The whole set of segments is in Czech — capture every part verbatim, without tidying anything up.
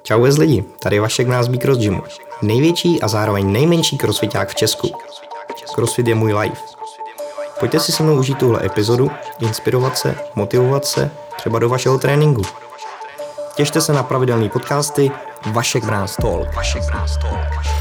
Čau vez lidi, tady Vašek Mrázbí Cross Gymu. Největší a zároveň nejmenší crossfiták v Česku. Crossfit je můj life. Pojďte si se mnou užít tuhle epizodu, inspirovat se, motivovat se, třeba do vašeho tréninku. Těšte se na pravidelné podcasty Vašek Mráz Talk. Vašek Mráz Talk.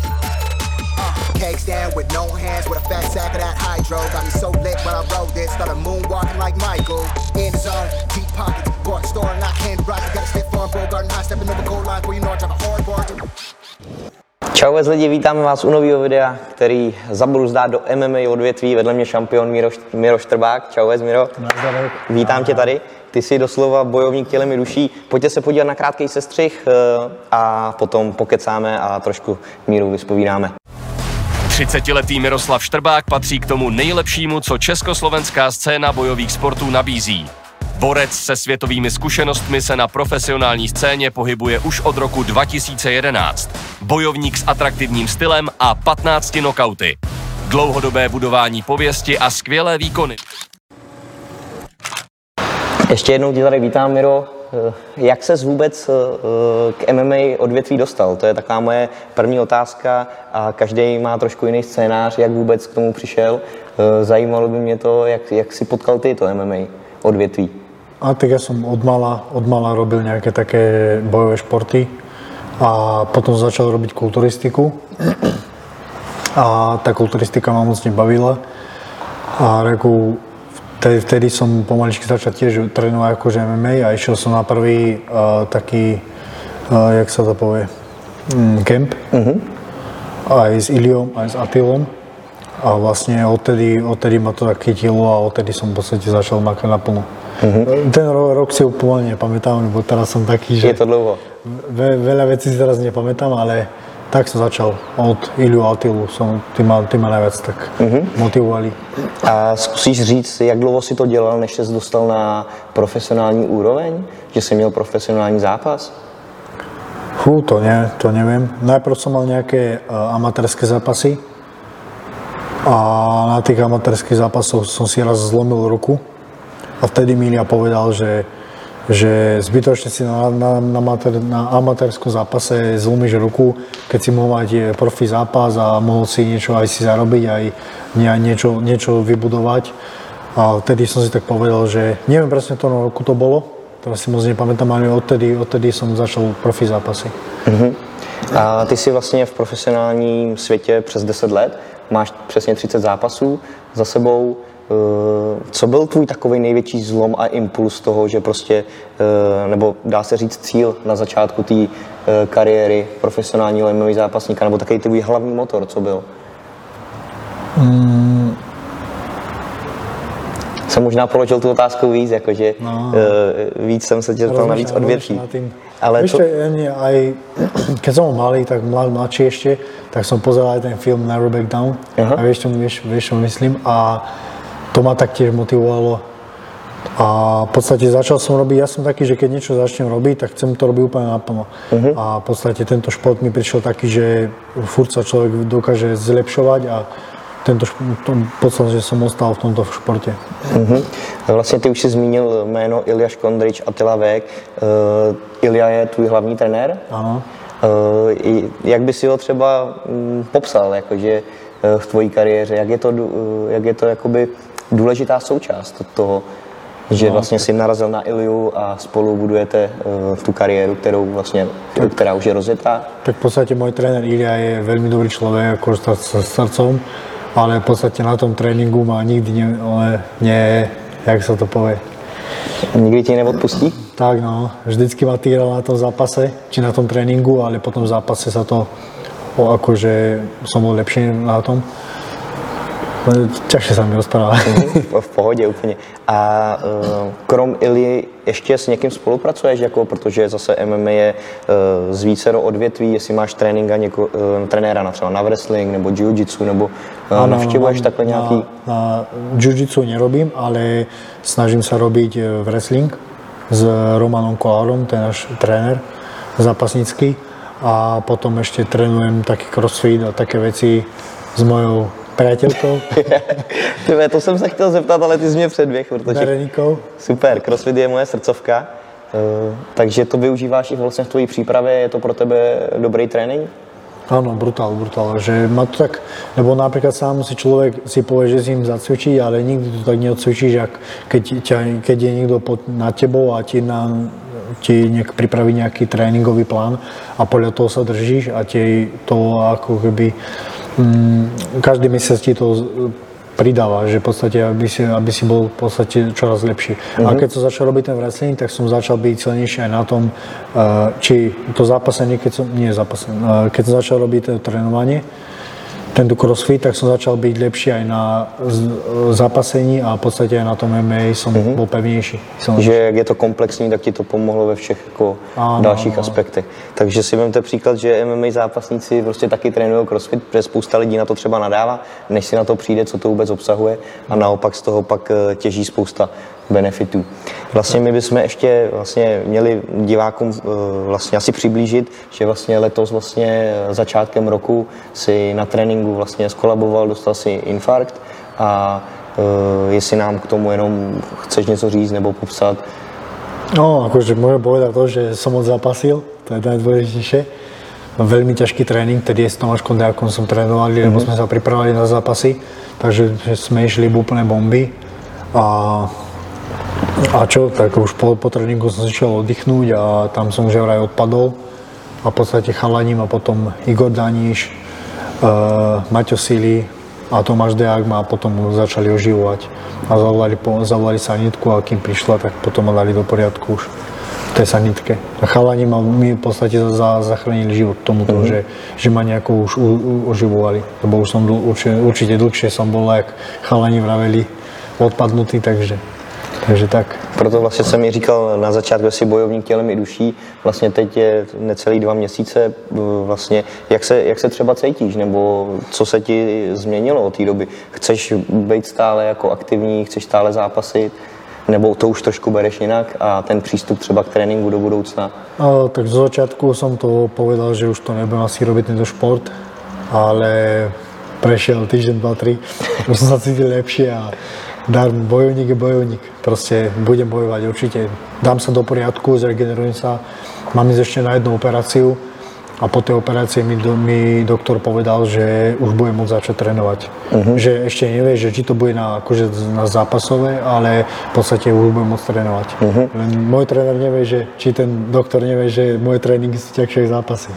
Stand with no hands with a fat sack of that hydro. Got me so lit when I rode this, started moonwalking like Michael. In the zone, deep pockets, bought store and I can't rock. Got a stiff arm, bull garden high, stepping over goal line, where you know I drive a hard bar. Čau vez lidi, vítáme vás u nového videa, který zabruzdá do M M A odvětví. Vedle mě šampion Miroš, Miroš Štrbák. Čau vez, Miro. Nazdar. Vítám tě tady. Ty jsi doslova bojovník tělem i duší. Pojďte se podívat na krátký sestřih a potom pokecáme a trošku Míru vyspovídáme. třicetiletý Miroslav Štrbák patří k tomu nejlepšímu, co československá scéna bojových sportů nabízí. Borec se světovými zkušenostmi se na profesionální scéně pohybuje už od roku dva tisíce jedenáct. Bojovník s atraktivním stylem a patnácti knockouty. Dlouhodobé budování pověsti a skvělé výkony. Ještě jednou tě tady vítám, Miro. Jak ses vůbec k M M A odvětví dostal? To je taková moje první otázka a každý má trošku jiný scénář, jak vůbec k tomu přišel. Zajímalo by mě to, jak, jak si potkal ty to M M A odvětví. A tak ja som od mala, od mala robil nejaké také bojové športy a potom začal robiť kulturistiku. A tá kulturistika ma moc nebavila a reku, Vtedy, vtedy som pomaličky začal tiež trénovať akože M M A a išiel som na prvý uh, taký, uh, jak sa to povie, um, camp. Uh-huh. Aj s Iliom, aj s Atilom. A vlastne odtedy, odtedy ma to tak chytilo a odtedy som v podstate začal makať naplno. Uh-huh. Ten rok, rok si úplne nepamätám, lebo teraz som taký, že... Je to dlouho. Ve, veľa vecí si teraz nepamätám, ale tak som začal od Iliu a Atilu, som, ty, ma, ty ma najviac tak uh-huh. motivovali. A zkusíš říct, jak dlouho si to dělal, než ses dostal na profesionální úroveň? Že jsi měl profesionální zápas? Fú, to, ne, to neviem. Najprv som mal nejaké uh, amatérske zápasy a na tých amatérských zápasoch som si raz zlomil ruku a vtedy mi Ilia povedal, že že zbytočne si na, na, na, mater, na amatérskom zápase zlomíš ruku, keď si mohol mať profi zápas a mohol si niečo aj si zarobiť, aj niečo, niečo vybudovať. A vtedy som si tak povedal, že neviem presne to roku to bolo, teraz si moc nepamätám, ale odtedy, odtedy som začal profi zápasy. Uh-huh. A ty si vlastně v profesionálním světě přes deset let, máš přesně třicet zápasů za sebou. Co byl tvůj takový největší zlom a impuls toho, že prostě, nebo dá se říct cíl na začátku té kariéry profesionálního M M A zápasníka, nebo takový tvůj hlavní motor, co byl? Mm. Jsem možná položil tu otázku víc, jakože no. víc jsem se tě zeptal na víc odvětví. Ale Víš, to... aj keď som bol malý, tak mlad, mladší ešte, tak som pozeral aj ten film Never Back Down. Uh-huh. A vieš, čo, vieš, vieš, čo myslím? A to ma taktiež motivovalo. A v podstate začal som robiť, ja som taký, že keď niečo začnem robiť, tak chcem to robiť úplne naplno. Uh-huh. A v podstate tento šport mi prišiel taký, že furt sa človek dokáže zlepšovať a tento v podstate, že som ostal v tomto športe. Uh-huh. Vlastně ty už si zmínil jméno Ilja Škondrič, Attila Vek. Uh, Ilja je tvůj hlavní trenér? Ano. Uh, jak by si ho třeba um, popsal, jakože uh, v tvojí kariéře? Jak je to, uh, jak je to jakoby důležitá součást toho, že no, vlastně si narazil na Ilju a spolu budujete uh, tu kariéru, kterou vlastně, tak, která už je rozjetá? Tak v podstate môj tréner Ilja je veľmi dobrý človek, ako s srdcom, ale v podstate na tom tréningu ma nikdy ne, ne, jak sa to povie. Nikdy ti neodpustí? Tak no, vždycky ma týral na tom zápase, či na tom tréninku, ale potom v zápase sa to, o, akože som bol lepší na tom. Ťažšie sa mi rozprává. V pohodě úplně. A uh, krom Ilji ještě s někým spolupracuješ, jako, protože zase M M A je uh, z vícero odvětví, jestli máš tréninka něko, uh, trenéra na třeba na wrestling nebo jiu-jitsu, nebo uh, ano, navštěvuješ takhle nějaký? Na, na jiu-jitsu nerobím, ale snažím sa robiť wrestling s Romanom Kolárom, ten náš tréner zápasnícky. A potom ešte trénujem taký crossfit a také veci s mojou priateľkou. Tyve, to jsem se chtěl zeptat, ale ty jsi mě předběh, protože... Berenikou. Super, crossfit je moje srdcovka. takže to využíváš i vlastně v tvojí přípravě, je to pro tebe dobrý trénink? Áno, brutál, brutál, že má to tak, lebo napríklad sám si človek si povie, že si im zacvičí, ale nikdy to tak neodcvičíš, jak keď, ťa, keď je niekto pod, nad tebou a ti, na, ti nejak pripraví nejaký tréningový plán a podľa toho sa držíš a ti to ako keby mm, každý mesiac ti to pridáva, že v podstate, aby si, aby si bol v podstate čoraz lepší. Mm-hmm. A keď som začal robiť ten wrestling, tak som začal byť silnejší aj na tom, či to zápasenie, keď som, nie zápasenie, keď som začal robiť to trénovanie, tento crossfit, tak som začal byť lepší aj na zápasení a v podstate aj na tom em em á som mm-hmm. bol pevnější. Že jak je to komplexní, tak ti to pomohlo ve všech jako áno, dalších áno. aspektech. Takže si vemte příklad, že em em á zápasníci prostě taky trénují crossfit, protože spousta lidí na to třeba nadává, než si na to přijde, co to vůbec obsahuje a naopak z toho pak těží spousta benefitů. Vlastně my bychom ještě vlastně měli divákům vlastně asi přiblížit, že vlastně letos vlastně začátkem roku si na tréninku vlastně skolaboval, dostal si infarkt a uh, jestli nám k tomu jenom chceš něco říct nebo popsat. No, akože môžem povedať to, že som moc zapasil, to je najdôležitejšie. Veľmi ťažký tréning, tedy s Tomáškom Dejakom som trénovali, mm-hmm. lebo sme sa pripravovali na zápasy, takže sme išli úplne bomby. A, a čo, tak už po, po tréningu som si šiel oddychnúť a tam som už vraj odpadol. A v podstate chalaním a potom Igor Daníš, uh, Maťo Sili a Tomáš Dejak ma potom začali oživovať. A zavolali, zavolali sanitku a kým prišla, tak potom ma dali do poriadku už v tej sanitke. A chalani ma mi v podstate za, zachránili život tomuto, mm-hmm. že, že ma nejako už u, u, oživovali. Lebo už som dl, určite, určite dlhšie som bol, jak chalani vraveli, odpadnutý, takže, takže tak. Proto vlastně jsem mi říkal na začátku, že jsi bojovník tělem i duší, vlastně teď je necelý dva měsíce, vlastně, jak se, jak se třeba cítíš, nebo co se ti změnilo od té doby? Chceš být stále jako aktivní, chceš stále zápasit, nebo to už trošku bereš jinak a ten přístup třeba k tréninku do budoucna? No, tak z začátku jsem to povedal, že už to nebudem asi robiť tento šport, ale prešiel týždeň, dva, tri, už som sa cítil lepšie a dar, bojovník je bojovník, proste budem bojovať určite. Dám sa do poriadku, zregenerujem sa, mám ísť ešte na jednu operáciu a po tej operácii mi, do, mi doktor povedal, že už budem môcť začať trénovať. Uh-huh. Že ešte nevie, že či to bude na, akože na zápasové, ale v podstate už budem môcť trénovať. Uh-huh. Len môj tréner nevie, že, či ten doktor nevie, že moje tréninky sú ťažšie zápasy.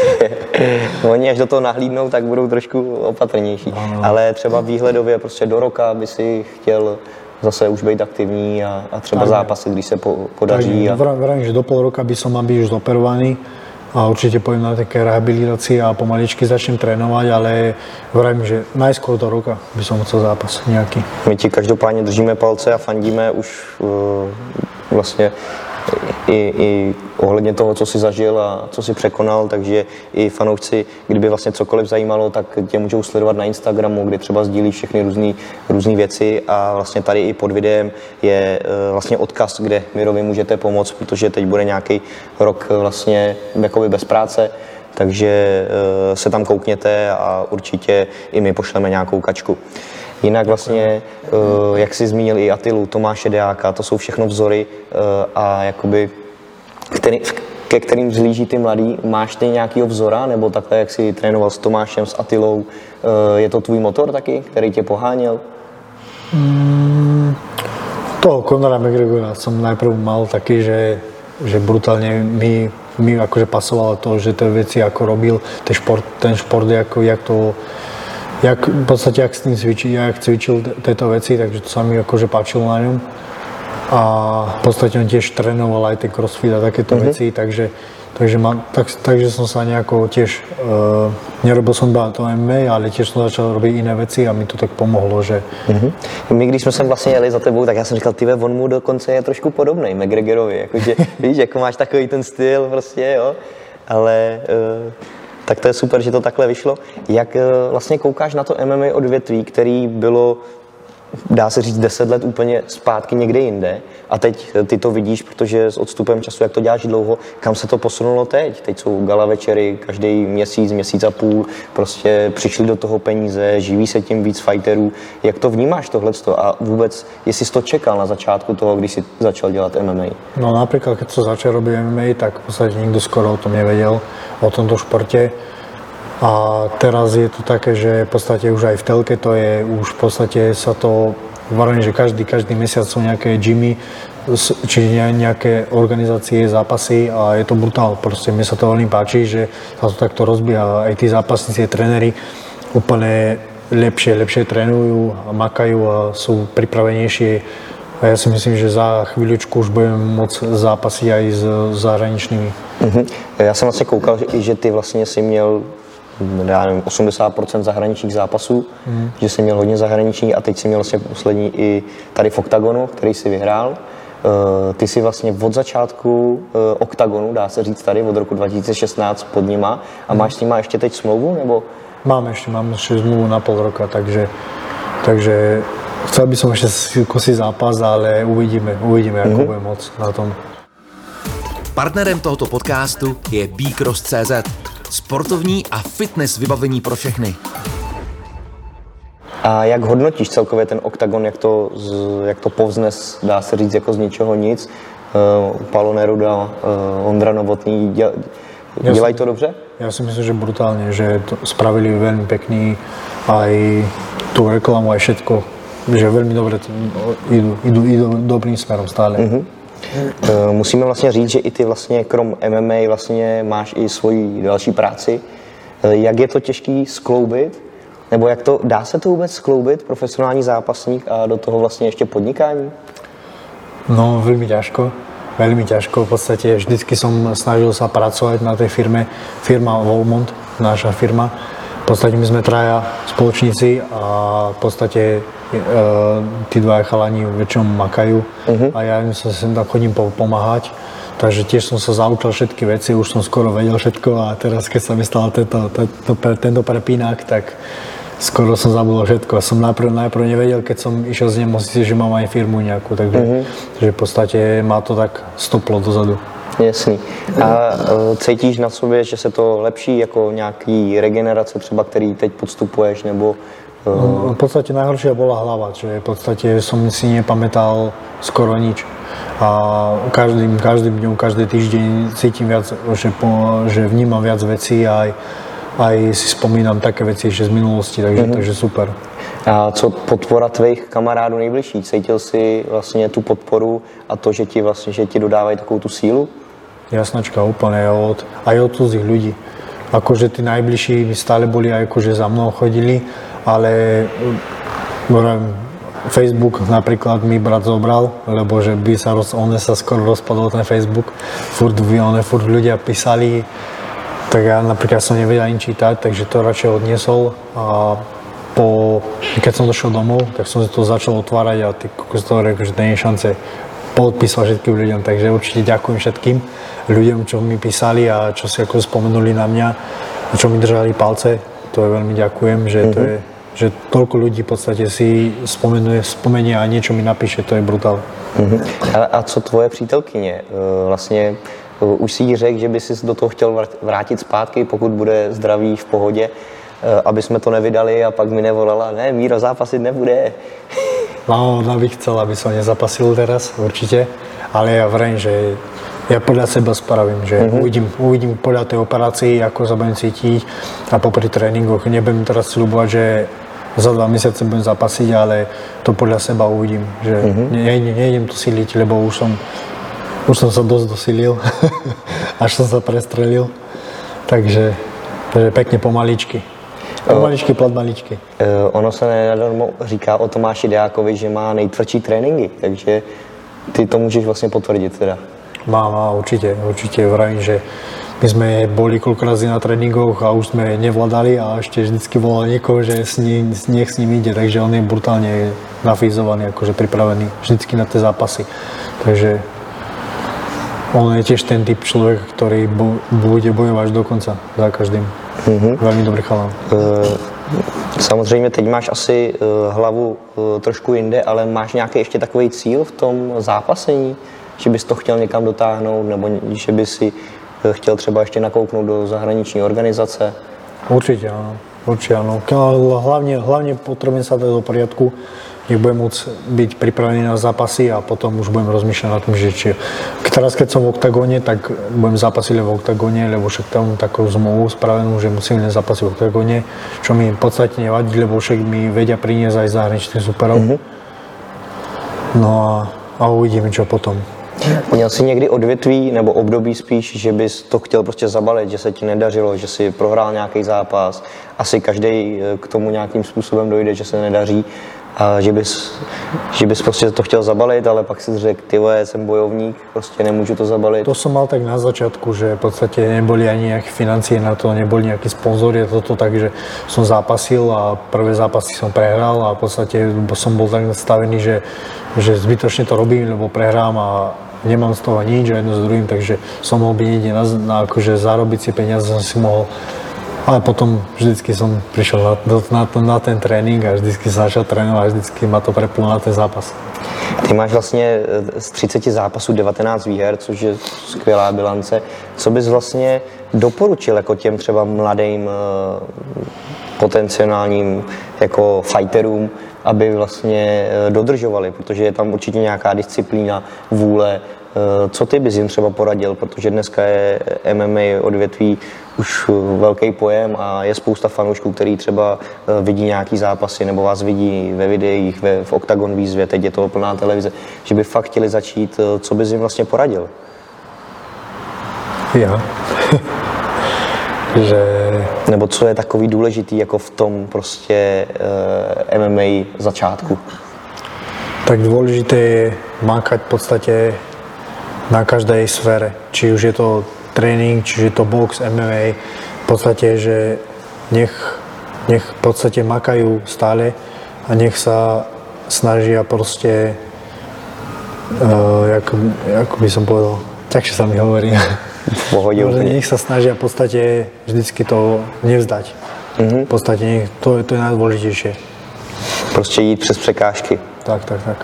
No, oni až do toho nahlídnou, tak budou trošku opatrnější. Ano. Ale třeba výhledově prostě do roka by si chtěl zase už být aktivní a, a třeba tak zápasit, když se po, podaří. Tak, a... Vrám, že do pol roka by som mal byť už zoperovaný a určite pôjdem na také rehabilitácie a pomaličky začnem trénovať, ale vrám, že najskôr do roka by som chcel zápas nejaký. My ti každopádně držíme palce a fandíme už uh, vlastně I, i ohledně toho, co jsi zažil a co jsi překonal, takže i fanoušci, kdyby vlastně cokoliv zajímalo, tak tě můžou sledovat na Instagramu, kde třeba sdílíš všechny různé různé věci a vlastně tady i pod videem je vlastně odkaz, kde Mirovi můžete pomoct, protože teď bude nějaký rok vlastně jakoby bez práce, takže se tam koukněte a určitě i my pošleme nějakou kačku. Jinak vlastně, jak jsi zmínil i Atilu, Tomáše Dejáka, to jsou všechno vzory a jakoby, který, ke kterým zlíží ty mladí. Máš ty nějakýho vzora, nebo takhle, jak jsi trénoval s Tomášem, s Atilou, je to tvůj motor taky, který tě poháněl? Mm, toho Conora McGregora som najprv mal taký, že, že brutálne mi, mi akože pasovalo to, že tie veci ako robil, ten šport, ten šport ako, jak to Jak, v podstate, jak s tým cvičil, jak cvičil tieto veci, takže to sa mi akože páčilo na ňom. A v podstate on tiež trénoval aj ten crossfit a takéto mm-hmm. veci, takže, takže, ma, tak, takže som sa nejako tiež, uh, nerobil som iba to em em á, ale tiež som začal robiť iné veci a mi to tak pomohlo, že... Mm-hmm. My, když jsme sem vlastně jeli za tebou, tak já jsem říkal, tyve, on mu dokonce je trošku podobnej McGregorovi, jakože, víš, jako máš takový ten styl prostě, jo, ale... Uh... Tak to je super, že to takhle vyšlo. Jak vlastně koukáš na to em em á odvětví, který bylo dá se říct deset let úplně zpátky někde jinde a teď ty to vidíš, protože s odstupem času, jak to děláš dlouho, kam se to posunulo teď. Teď jsou gala večery, každý měsíc, měsíc a půl, prostě přišli do toho peníze, živí se tím víc fighterů. Jak to vnímáš tohleto a vůbec, jestli jsi to čekal na začátku toho, když jsi začal dělat M M A? No napríklad, keď som začal robiť M M A, tak v podstate nikto skoro o tom nevedel, o tomto športe. A teraz je to také, že v podstate už aj v telke to je, už v podstate sa to, varím, že každý, každý mesiac sú nejaké gymy, či nejaké organizácie, zápasy a je to brutál. Proste mne sa to veľmi páči, že sa to takto rozbieha. Aj tí zápasníci, tréneri úplne lepšie, lepšie trénujú a makajú a sú pripravenejšie. A ja si myslím, že za chvíľučku už budem môcť zápasiť aj s zahraničnými. Mm-hmm. Já jsem vlastně koukal, že, že ty vlastně si měl já nevím, osmdesát procent zahraničních zápasů, mm. že jsi měl hodně zahraniční a teď jsi měl vlastně poslední i tady v Oktagonu, který jsi vyhrál. Uh, ty jsi vlastně od začátku uh, Oktagonu, dá se říct tady, od roku dva tisíce šestnáct pod nima a máš s nima ještě teď smlouvu, nebo? Mám ještě, mám ještě smlouvu na pol roka, takže, takže chcel by som ešte skúsiť zápas, ale uvidíme, uvidíme, ako mm. budem moc na tom. Partnerem tohoto podcastu je bcross tečka cé zet. Sportovní a fitness vybavení pro všechny. A jak hodnotíš celkově ten Oktagon, jak to, jak to povznes, dá se říct, jako z ničeho nic? Uh, Paolo Neruda, uh, Ondra Novotný, děl, dělají to dobře? Ja si myslím, že brutálne, že to spravili veľmi pekný aj tú reklamu, aj všetko, že veľmi dobre idú, idú, idú dobrým smerom stále. Uh-huh. Uh, musíme vlastně říct, že i ty vlastně krom M M A vlastně máš i svoji další práci. Uh, jak je to těžký skloubit? Nebo jak to, dá se to vůbec skloubit, profesionální zápasník a do toho vlastně ještě podnikání? No, veľmi ťažko. Veľmi ťažko. V podstate vždycky som snažil sa pracovať na tej firme. Firma Volmont, naša firma. V podstate my sme traja spoločníci a v podstate e, tí dvaja chalani väčšinou makajú uh-huh. a ja im sa sem tak chodím pomáhať. Takže tiež som sa zaučil všetky veci, už som skoro vedel všetko a teraz keď sa mi stal tento, tento, tento prepínák, tak skoro som zabudol všetko. Som najprv, najprv nevedel, keď som išiel z nemocnice, že mám aj firmu nejakú, takže, uh-huh. takže v podstate má to tak stoplo dozadu. Jasný. A uh, cítíš na sobě, že se to lepší jako nějaký regenerace třeba, který teď podstupuješ, nebo... Uh... No, v podstate najhoršia bola hlava, že v podstate som si nepamätal skoro nič. A každým, každým dňom, každý týždeň cítim viac, že, po, že vnímam viac vecí a aj, aj si spomínam také veci ešte z minulosti, takže, mm-hmm. takže super. A co podpora tvých kamarádů nejbližší? Cítil jsi vlastně tu podporu a to, že ti vlastně, že ti dodávají takovou tu sílu? Jasnačka, úplne, od, aj od cudzích ľudí. Akože tí najbližší mi stále boli, akože za mnou chodili, ale hovorím, Facebook napríklad mi brat zobral, lebo že by sa, roz, on sa skoro rozpadol ten Facebook, furt, one, furt ľudia písali, tak ja napríklad som nevedel ani čítať, takže to radšej odniesol a po, keď som došiel domov, tak som si to začal otvárať a ty kokos to řekl, že to nie je šance. Podpísal všetkým ľuďom, takže určite ďakujem všetkým ľuďom, čo mi písali a čo si ako spomenuli na mňa, čo mi držali palce, to je veľmi ďakujem, že mm-hmm. to je, že toľko ľudí v podstate si spomenuje, spomenie a niečo mi napíše, to je brutál. Mm-hmm. A, a co tvoje přítelkyně? Vlastně už si jí řekl, že by si do toho chtěl vrátit zpátky, pokud bude zdraví v pohodě, aby jsme to nevydali a pak mi nevolala, ne, Míro, zápasit nebude. No, ona by chcela, aby som nezapasil teraz, určite, ale ja vrajím, že ja podľa seba spravím, že mm-hmm. uvidím, uvidím podľa tej operácii, ako sa budem cítiť a popri tréningoch. Nebudem teraz sľubovať, že za dva mesiace budem zapasiť, ale to podľa seba uvidím, že mm-hmm. nejdem, nejdem to siliť, lebo už som, už som sa dosť dosilil, až som sa prestrelil, takže, takže pekne pomaličky. Pomaličky, plodmaličky. Uh, ono se nenadarmo říká o Tomáši Dejákovi, že má nejtvrdší tréninky, takže ty to můžeš vlastně potvrdit teda. Má, má, určite, určite vravím, že my sme boli koľko razy na tréningoch a už sme nevládali a ešte vždycky volal niekoho, že s ním, nech s ním ide, takže on je brutálne nafízovaný, akože pripravený vždycky na tie zápasy. Takže on je tiež ten typ človek, ktorý bu- bude bojovať do konca za každým. Mm-hmm. Veľmi dobrý chalán. Uh, Samozřejmě teď máš asi uh, hlavu uh, trošku jinde, ale máš nějaký ještě takový cíl v tom zápasení, že bys to chtěl někam dotáhnout, nebo že bys si uh, chtěl třeba ještě nakouknout do zahraniční organizace? Určite áno, určite áno. Hlavne, hlavne potrebujem sa dať do poriadku, nech budem môcť byť pripravený na zápasy a potom už budem rozmýšľať nad tým, že či... Teraz, keď som v oktagóne, tak budem zápasiť v oktagóne, lebo však tam takú zmluvu spravenú, že musím len zápasiť v oktagóne, čo mi v podstate nevadí, lebo však mi vedia priniesť aj zahraničných superov. Mm-hmm. No a, a uvidíme, čo potom. Měl jsi někdy odvětví nebo období spíš, že bys to chtěl prostě zabalit, že se ti nedařilo, že jsi prohrál nějaký zápas, asi každý k tomu nějakým způsobem dojde, že se nedaří, a že bys, že bys prostě to chtěl zabalit, ale pak si řekl, ty vole, jsem bojovník, prostě nemůžu to zabalit. To som mal tak na začiatku, že v podstate neboli ani nejaké financie na to, neboli nejakí sponzori a toto, takže som zápasil a prvé zápasy som prehral a v podstate som bol tak nastavený, že, že zbytočne to robím, lebo prehrám a nemám z toho nič, jedno s druhým, takže som mohol byť niekde na, na akože zarobiť si peniaze, som si mohol. Ale potom vždycky som prišiel na, na, na ten trénink a vždycky sa začal trénovať a vždycky ma to preplo na ten zápas. Ty máš vlastně z třiceti zápasů devatenáct výher, což je skvělá bilance. Co bys vlastně doporučil jako těm třeba mladým potenciálním jako fighterům, aby vlastně dodržovali, protože je tam určitě nějaká disciplína, vůle. Co ty bys jim třeba poradil, protože dneska je M M A odvětví už velký pojem a je spousta fanoušků, který třeba vidí nějaký zápasy nebo vás vidí ve videích, ve, v Octagon výzvě, teď je to plná televize, že by fakt chtěli začít, co bys jim vlastně poradil? Já. že... Nebo co je takový důležitý jako v tom prostě uh, M M A začátku? Tak dôležité je mákať v podstate na každej sfére. Či už je to tréning, či je to box, M M A. V podstate, že nech, nech v podstate makajú stále a nech sa snažia proste, uh, jak, jak by som povedal, ťažšie sa mi hovorí. Nech sa snažia v podstate vždycky to nevzdať. Mm-hmm. V podstate to, to je najdôležitejšie. Prostě jít přes překážky. Tak, tak, tak.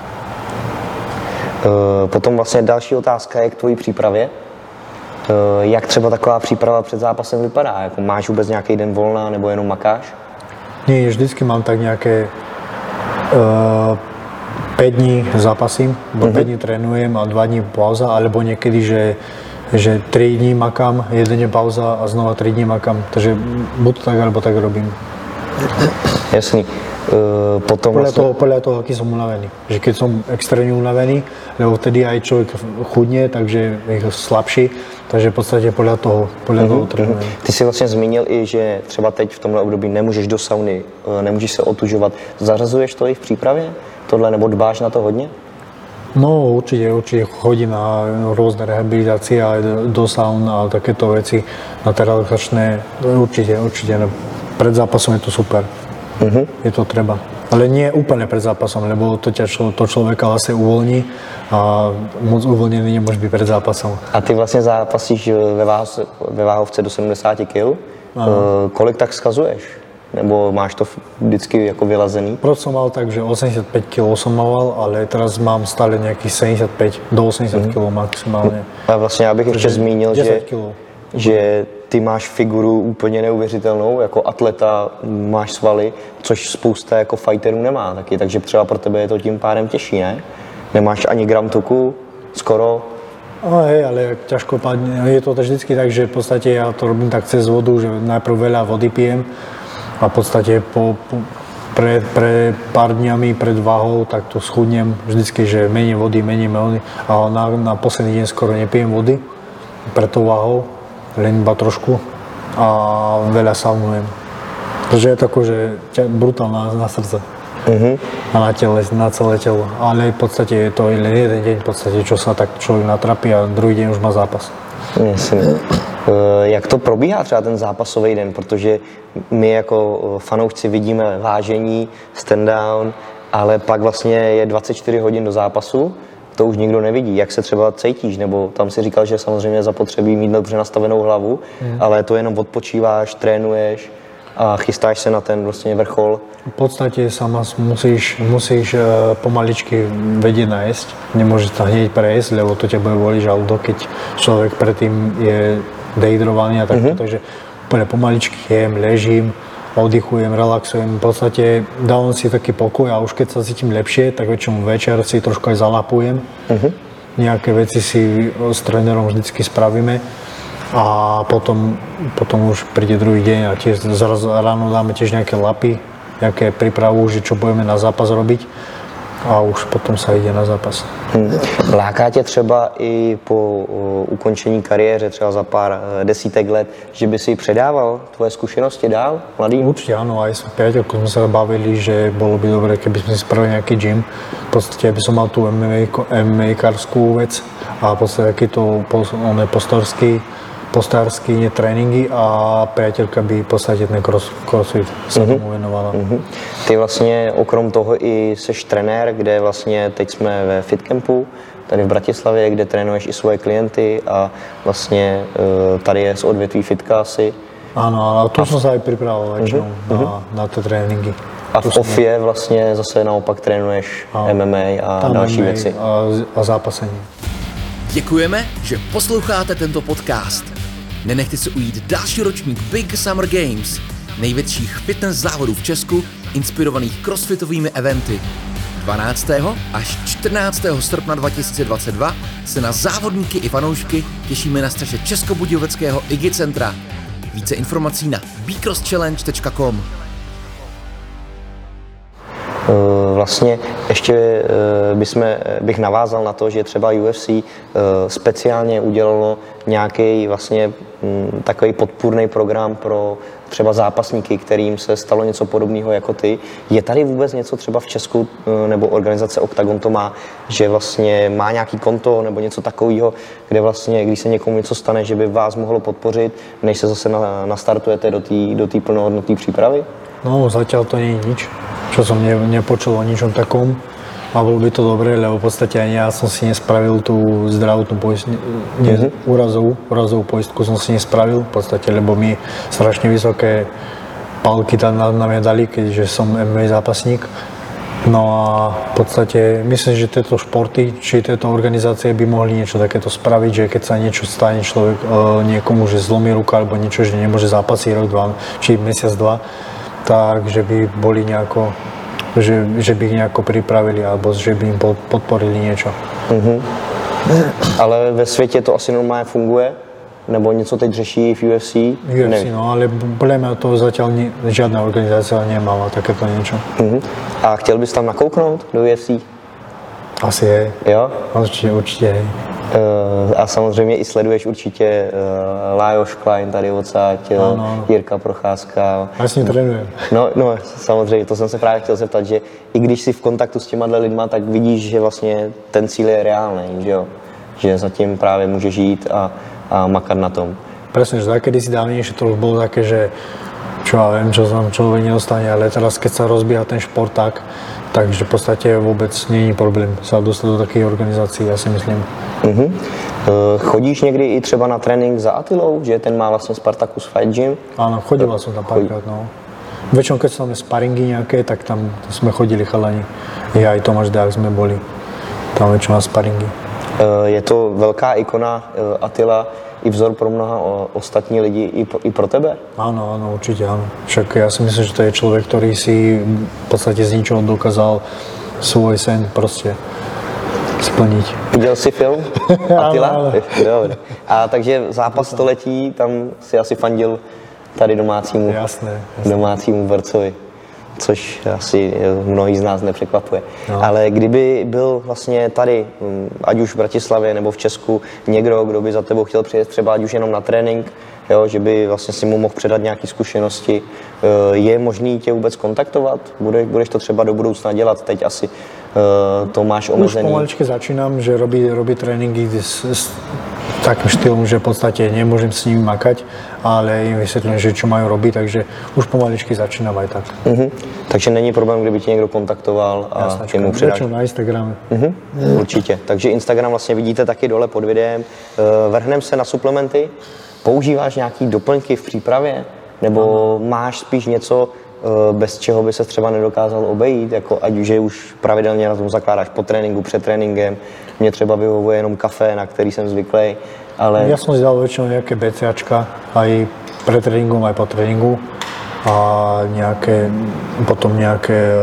Potom vlastně další otázka je k tvojí přípravě. Jak třeba taková příprava před zápasem vypadá? Jako máš vůbec nějaký den volna nebo jenom makáš? Nie, vždycky mám tak nějaké uh, päť dní zápasím, bo mm-hmm. päť dní trénujem a dva dní pauza, alebo niekedy, že, že tri dní makám, jeden je pauza a znova tri dní makám. Takže buď tak, alebo tak robím. Jasný. Uh, potom podľa, vlastne... toho, podľa toho, aký som unavený. Že keď som extrémne unavený, lebo vtedy aj človek chudne, takže je slabší, takže v podstate podľa toho, podľa uh-huh, toho trénujem. Uh-huh. Ty si vlastně zmínil i, že třeba teď v tomhle období nemůžeš do sauny, nemůžeš se otužovat. Zařazuješ to i v přípravě? Tohle, nebo dbáš na to hodně? No určite, určite chodím na rôzne rehabilitácie aj do saun a takéto veci, na relaxačné, určite, určite. Pred zápasom je to super. Uh-huh. Je to treba. Ale nie úplne pred zápasom, lebo to, ťa člo, to človeka vlastne uvoľní a moc uvoľnený nemôže byť pred zápasom. A ty vlastne zápasíš ve, váhovce, ve váhovce do sedmdesát kil. Uh, kolik tak skazuješ? Nebo máš to vždycky jako vylazený? Proč som mal tak, že osemdesiatpäť kilogramov som mal, ale teraz mám stále nejakých sedemdesiatpäť do osemdesiat kilogramov maximálne. A vlastne ja bych ještě zmínil, že, že ty máš figuru úplně neuvěřitelnou, jako atleta máš svaly, což spousta jako fighterů nemá taky, takže třeba pro tebe je to tím pádem těžší, ne? Nemáš ani gram tuku, skoro. No hej, ale ťažko padne. Je to vždycky tak, že v podstate ja to robím tak cez vodu, že najprv veľa vody pijem a v podstate po, po, pre, pre pár dňami pred váhou tak to schudnem vždycky, že menej vody, menej vody a na, na posledný deň skoro nepijem vody pred tou váhou, len iba trošku a veľa saunujem. Takže je tako, že brutálna na srdce. Uh-huh. A na tele, na celé telo. Ale v podstate je to len jeden deň, v podstate, čo sa tak človek natrapí a druhý deň už má zápas. Jasně. Jak to probíhá třeba ten zápasový den? Protože my jako fanoušci vidíme vážení, stand down, ale pak vlastně je dvacet čtyři hodin do zápasu, to už nikdo nevidí. Jak se třeba cítíš? Nebo tam si říkal, že samozřejmě zapotřebí mít dobře nastavenou hlavu, hmm. ale to jenom odpočíváš, trénuješ. a chystáš se na ten vlastně vrchol. V podstate sama musíš, musíš uh, pomaličky vedieť nájsť, nemôžeš tam hneď prejsť, lebo to ťa bude boliť žalúdok, keď človek predtým je dehydrovaný a takto, mm-hmm. takže úplne pomaličky jem, ležím, oddychujem, relaxujem, v podstate dávam si taký pokoj a už keď sa cítim lepšie, tak väčšinou večer si trošku aj zalapujem. Mm-hmm. Nejaké veci si s trénerom vždycky spravíme a potom, potom už príde druhý deň a tiež zrazu ráno dáme tiež nejaké lapy, nejaké prípravu, že čo budeme na zápas robiť a už potom sa ide na zápas. Hmm. Láká tě třeba i po uh, ukončení kariéře, třeba za pár uh, desítek let, že by si předával tvoje zkušenosti dál mladým? Určite áno, aj s priateľkou sme sa bavili, že bolo by dobre, keby sme si spravili nejaký gym. V podstate by som mal tú em em á-karskú vec a v podstate aký to postorský postársky tréninky a priateľka by v podstate ten cross, crossfit sa mm-hmm. tomu venovala. Mm-hmm. Ty vlastně okrom toho i seš trenér, kde vlastně teď jsme ve fitcampu, tady v Bratislavě, kde trénuješ i svoje klienty a vlastně tady je z odvětví fitka asi. Áno, ale tu som sa aj pripravoval väčšinou mm-hmm. na, na tie tréninky. A v ofie vlastně zase naopak trénuješ a em em á a další em em á věci. A, a zápasení. Děkujeme, že posloucháte tento podcast. Nenechte se ujít další ročník Big Summer Games, největších fitness závodů v Česku, inspirovaných crossfitovými eventy. dvanáctého až čtrnáctého srpna dva tisíce dvacet dva se na závodníky i fanoušky těšíme na střeše Českobudějovického I G I centra. Více informací na b cross challenge tečka com. Vlastně ještě bychom, bych navázal na to, že třeba U F C speciálně udělalo nějaký vlastně takový podpůrný program pro třeba zápasníky, kterým se stalo něco podobného jako ty. Je tady vůbec něco třeba v Česku, nebo organizace Octagon to má, že vlastně má nějaký konto nebo něco takového, kde vlastně, když se někomu něco stane, že by vás mohlo podpořit, než se zase na, nastartujete do té do té plnohodnotné přípravy? No, zatiaľ to nie je nič, čo som ne, nepočul o ničom takom a bolo by to dobré, lebo v podstate ani ja som si nespravil tú zdravotnú poistku, mm-hmm. úrazovú, úrazovú poistku som si nespravil, v podstate, lebo mi strašne vysoké palky tam na, na mňa dali, keďže som em em á zápasník. No a v podstate myslím, že tieto športy, či tieto organizácie by mohli niečo takéto spraviť, že keď sa niečo stane človek, e, niekomu, že zlomí ruka alebo niečo, že nemôže zápasiť rok, dva, či mesiac, dva, takže by boli nejako, že, že by ich nejako pripravili alebo že by im podporili niečo. Mm-hmm. Ale ve světě to asi normálně funguje? Nebo něco teď řeší v U F C? U F C, no, ale podľa mňa to zatiaľ ni, žiadna organizácia nemala takéto niečo. Mm-hmm. A chtěl bys tam nakouknout do U F C? Asi je. Jo? Určitě, určitě je. Uh, a samozřejmě i sleduješ určitě uh, Lajos Klein tady odsáď, no, no, no. Jirka Procházka. Já s ním trénujem. No, no, samozřejmě, to jsem se právě chtěl zeptat, že i když jsi v kontaktu s těma lidma, tak vidíš, že vlastně ten cíl je reálný, že jo? Že zatím právě může žít a, a makat na tom. Presne, že takedy si dávnejšie to už bolo také, že čo ja viem, čo tam človek nedostane, ale teraz keď sa rozbieha ten šport tak, takže v podstate vôbec nie je problém sa dostať do takých organizácií, ja si myslím. Uh-huh. Chodíš někdy i třeba na trénink za Atilou, že ten má vlastně Spartacus Fight Gym? Áno, chodila som tam párkrát, no. Väčšinou, keď sú tam sparingy nejaké, tak tam sme chodili chalani. Ja aj Tomáš Dák sme boli tam väčšinou na sparingy. Je to velká ikona Attila, i vzor pro mnoha ostatní lidi, i pro, i pro tebe? Áno, áno, určite áno. Však ja si myslím, že to je človek, ktorý si v podstate z ničoho dokázal svoj sen proste splniť. Viděl jsi film Attila? Dobre. A takže zápas století, tam si asi fandil tady domácímu, jasné, jasné. domácímu borcovi, což asi mnohý z nás nepřekvapuje. No. Ale kdyby byl vlastně tady, ať už v Bratislavě nebo v Česku, někdo, kdo by za tebou chtěl přijet třeba ať už jenom na trénink, jo, že by vlastně si mu mohl předat nějaké zkušenosti, je možný tě vůbec kontaktovat? Budeš, budeš to třeba do budoucna dělat? Teď asi to máš omezený. Už pomaličky začínam, že robí, robí tréninky s, s takým štýlom, že v podstate nemôžem s nimi makať, ale im vysvetlím, že čo majú robiť, takže už pomaličky začínam aj tak. Uh-huh. Takže není problém, kdyby tě někdo kontaktoval a Jasnačka, ty mu předáš? na Instagrame. Uh-huh. Uh-huh. Určitě. Takže Instagram vlastně vidíte taky dole pod videem. Vrhneme se na suplementy. Používáš nějaký doplňky v přípravě? nebo máš spíš něco, bez čeho by se třeba nedokázal obejít, jako ať už je už pravidelně na tom zakládáš po tréninku, před tréninkem, mě třeba vyhovuje jenom kafe, na který jsem zvyklý, ale... Ja som si dal väčšinou nejaké BCAčka, aj pre tréningom, aj po tréningu a nejaké, potom nejaké,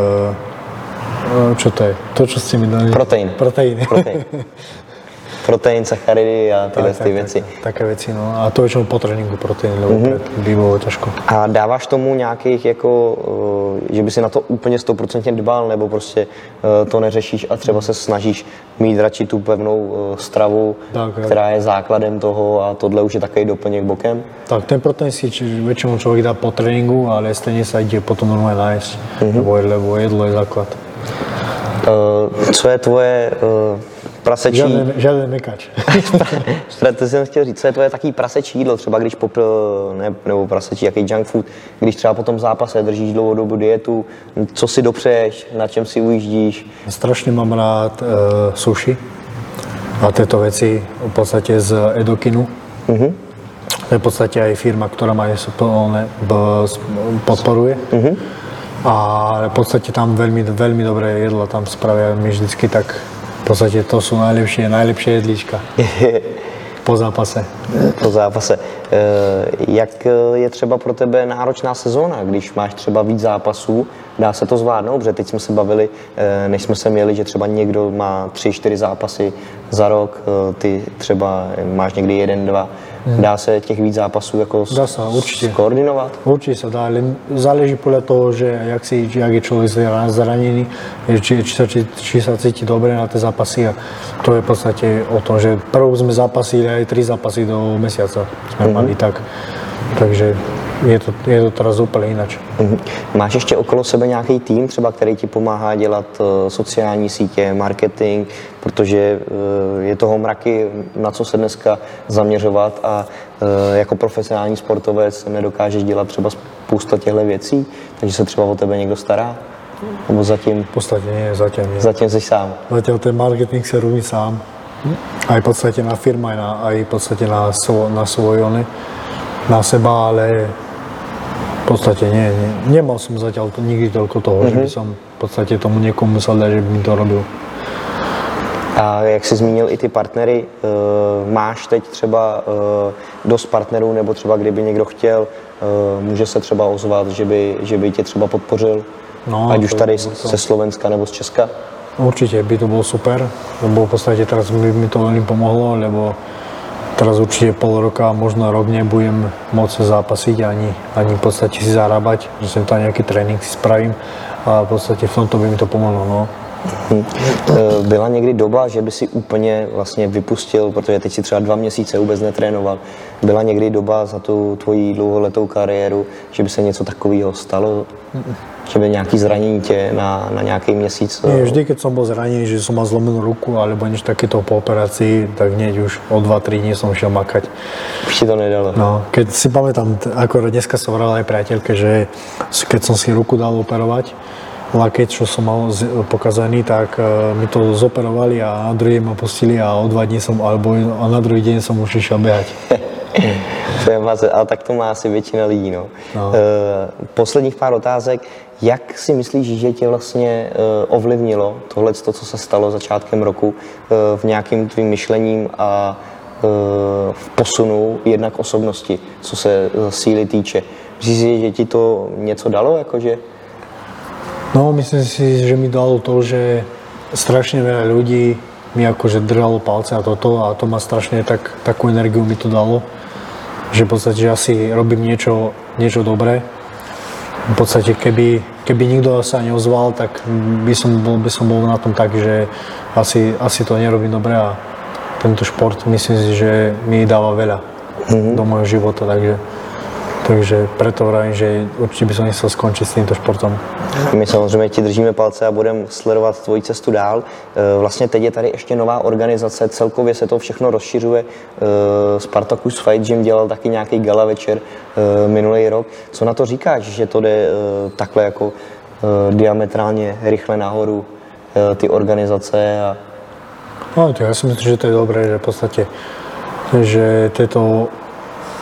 čo to je? To, čo ste mi dali? Proteín. Proteíny. Proteín. Proteín, sacharidy a tyhle tak, ty tak, věci. Tak, také věci, no. A to většinou po tréninku proteín, lebo mm-hmm. by bylo těžko. A dáváš tomu nějakých, jako, že by si na to úplně stoprocentně dbal, nebo prostě to neřešíš a třeba se snažíš mít radši tu pevnou stravu, tak, která je základem toho a tohle už je takový doplněk bokem? Tak ten proteín si většinou člověk dá po tréninku, ale stejně se jde potom normálně najíst, mm-hmm. lebo jedlo je základ. Uh, co je tvoje uh, prasečí... Žádný, žádný mekač. To jsem chtěl říct, co je tvoje taký prasečí jídlo, třeba když popil, ne, nebo prasečí, jaký junk food, když třeba po tom zápase držíš dlouhodobou dietu, co si dopřeješ, na čem si ujíždíš? Strašně mám rád uh, sushi a tyto věci v podstatě z Edokinu. Mm-hmm. To je v podstatě i firma, která má podporuje. Mm-hmm. A v podstatě tam velmi, velmi dobré jedlo tam spravia mi vždycky, tak v podstatě to jsou najlepší, najlepší jedlička po zápase. Po zápase. Jak je třeba pro tebe náročná sezóna, když máš třeba víc zápasů, dá se to zvládnout? Protože teď jsme se bavili, než jsme se měli, že třeba někdo má tři, čtyři zápasy za rok, ty třeba máš někdy jeden, dva. Dá se těch víc zápasů jako dá se, určitě. Skoordinovat? Určitě se dá, ale záleží podle toho, že jak, si, jak je člověk zraněný, či, či, či, či se cítí dobře na ty zápasy. A to je v podstatě o tom, že prvou jsme zápasili aj tři zápasy do měsíce jsme mm-hmm. mali tak. Takže je to, je to teraz úplně jinak. Mm-hmm. Máš ještě okolo sebe nějaký tým, třeba, který ti pomáhá dělat uh, sociální sítě, marketing, protože uh, je toho mraky, na co se dneska zaměřovat a uh, jako profesionální sportovec nedokážeš dělat třeba spousta těchto věcí, takže se třeba o tebe někdo stará? Nebo zatím? V podstatě ne, zatím ne. Zatím jsi sám? Zatím ten marketing se robí sám. Aj v podstatě na firma, aj, na, aj v podstatě na, na svoj na seba, ale v podstatě ne, ne. Nemal som zatiaľ to, nikdy toľko toho, mm-hmm. že by som v podstatě tomu někomu musel dať, že by mi to robil. A jak jsi zmínil i ty partnery, uh, máš teď třeba uh, dost partnerů, nebo třeba kdyby někdo chtěl, uh, může se třeba ozvat, že by, že by tě třeba podpořil, no, ať už tady ze Slovenska nebo z Česka? Určitě by to bylo super, lebo v podstatě teraz by mi to velmi pomohlo, lebo teraz určitě pol roka, možno rok nebudem moc zápasiť ani, ani v podstatě si zarábať, že jsem tam nějaký trénink si spravím a v podstatě v tomto by mi to pomohlo. No. Byla někdy doba, že by si úplně vlastně vypustil, protože teď si třeba dva měsíce vůbec netrénoval, byla někdy doba za tu tvoji dlouholetou kariéru, že by se něco takového stalo? Že by nějaký zranění tě na, na nějaký měsíc? Nie, vždy, keď som bol zranený, že som mal zlomenú ruku alebo niečo takéto po operácii, tak hneď už o dva tri dní som šiel makať. Už ti to nedalo? No, keď si pamätám, ako dneska som hovoril aj priateľke, že keď som si ruku dal operovať, lakeť, čo som mal pokazaný, tak uh, mi to zoperovali a na druhý ma pustili a o dva dní som, alebo a na druhý deň som už išiel behať. To je maze, ale tak to má asi většina lidí. No. No. E, posledních pár otázek. Jak si myslíš, že tě vlastně e, ovlivnilo tohle, co se stalo začátkem roku e, v nějakým tvým myšlením a e, v posunu jednak osobnosti, co se e, síly týče? Myslíš si, že ti to něco dalo? Jakože? No, myslím si, že mi dalo to, že strašne veľa ľudí mi akože držalo palce a toto a to ma strašne tak, takú energiu mi to dalo, že v podstate, že asi robím niečo, niečo dobré. V podstate, keby, keby nikto sa neozval, tak by som bol, by som bol na tom tak, že asi, asi to nerobím dobre a tento šport myslím si, že mi dáva veľa mm-hmm. do môjho života, takže Takže preto vravím, že určitě by som nechcel skončit s tímto športem. My samozřejmě ti držíme palce a budeme sledovat tvoji cestu dál. Vlastně teď je tady ještě nová organizace, celkově se to všechno rozšiřuje. Spartacus Fight Gym dělal taky nějaký gala večer minulý rok. Co na to říkáš, že to jde takhle jako diametrálně rychle nahoru ty organizace? A... No, to já si myslím, že to je dobré, že v podstatě, že tyto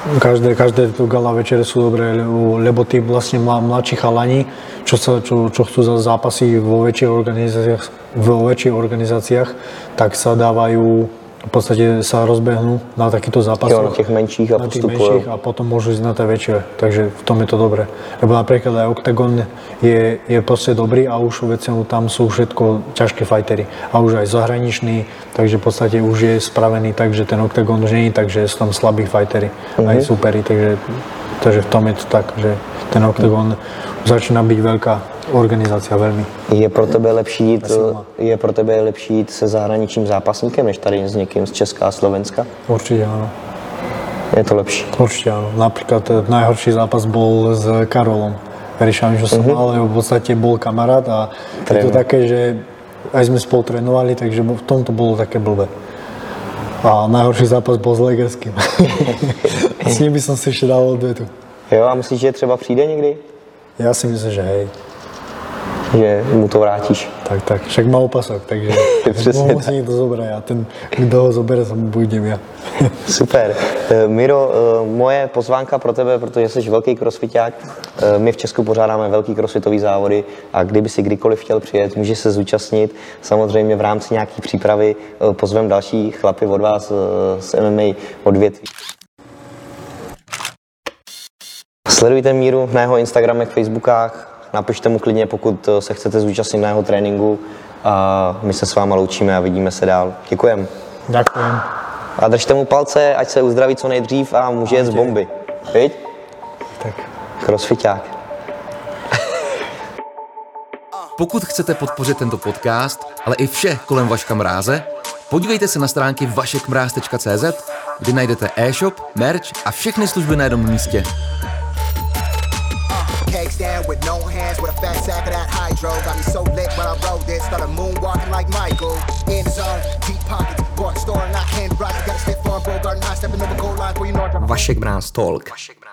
Každé, každé tu gala večere sú dobré, lebo tí vlastne mladší chalani, čo, sa, čo, čo chcú za zápasy vo väčších organizáciách, vo väčších organizáciách, tak sa dávajú, v podstate sa rozbehnú na takýchto zápasoch. Jo, na těch menších a na tých postupujú. menších a potom môžu ísť na tie väčšie, takže v tom je to dobré. Lebo napríklad aj Octagon je, je proste dobrý a už väčšinou tam sú všetko ťažké fightery a už aj zahraniční, takže v podstate už je spravený tak, že ten Octagon už nie je tak, že sú tam slabí fightery, mm-hmm. aj superi, takže, takže v tom je to tak, že ten Octagon začíná byť veľká organizácia veľmi. Je pro tebe lepší jít, je pro tebe lepší jít se zahraničním zápasníkem, než tady s někým z Česka a Slovenska? Určite áno. Je to lepší. Určite áno. Napríklad najhorší zápas bol s Karolom Verišami, čo som mm-hmm. mal, lebo v podstate bol kamarát a Tréner. Je to také, že aj sme spolu trénovali, takže v tomto bolo také blbé. A najhorší zápas bol s Legerským. S ním by som si ešte dal odvetu. Jo, a myslíš, že třeba přijde někdy? Ja si myslím, že hej. Že mu to vrátíš. Tak, tak. Však má opasok, takže mohol si niekto zobrať a ten, kdo ho zobere, to budem ja. Super. Miro, moje pozvánka pro tebe, protože jsi velký crossfiták. My v Česku pořádáme velký crossfitový závody a kdyby si kdykoliv chtěl přijet, můžeš se zúčastnit. Samozřejmě v rámci nějaký přípravy pozvem další chlapy od vás z M M A odvětví. Sledujte Míru na jeho Instagramech, Facebookách. Napište mu klidně, pokud se chcete zúčastnit na jeho tréninku a my se s váma loučíme a vidíme se dál. Děkujem. Ďakujem. A držte mu palce, ať se uzdraví co nejdřív a může jet z bomby. Viď? Tak. Crossfiták. Pokud chcete podpořit tento podcast, ale i vše kolem Vaška Mráze, podívejte se na stránky vašekmraz tečka cé zet, kde najdete e-shop, merch a všechny služby na jednom místě. Cakes down with no hands, with a fat sack of that hydro. Got me so lit when I rode this, started moonwalking like Michael. In the zone, deep pockets, bought store and I candy rock. Got a stiff on Bogart and high stepping over goal line where you know I drop. Vašek Mráz Talk.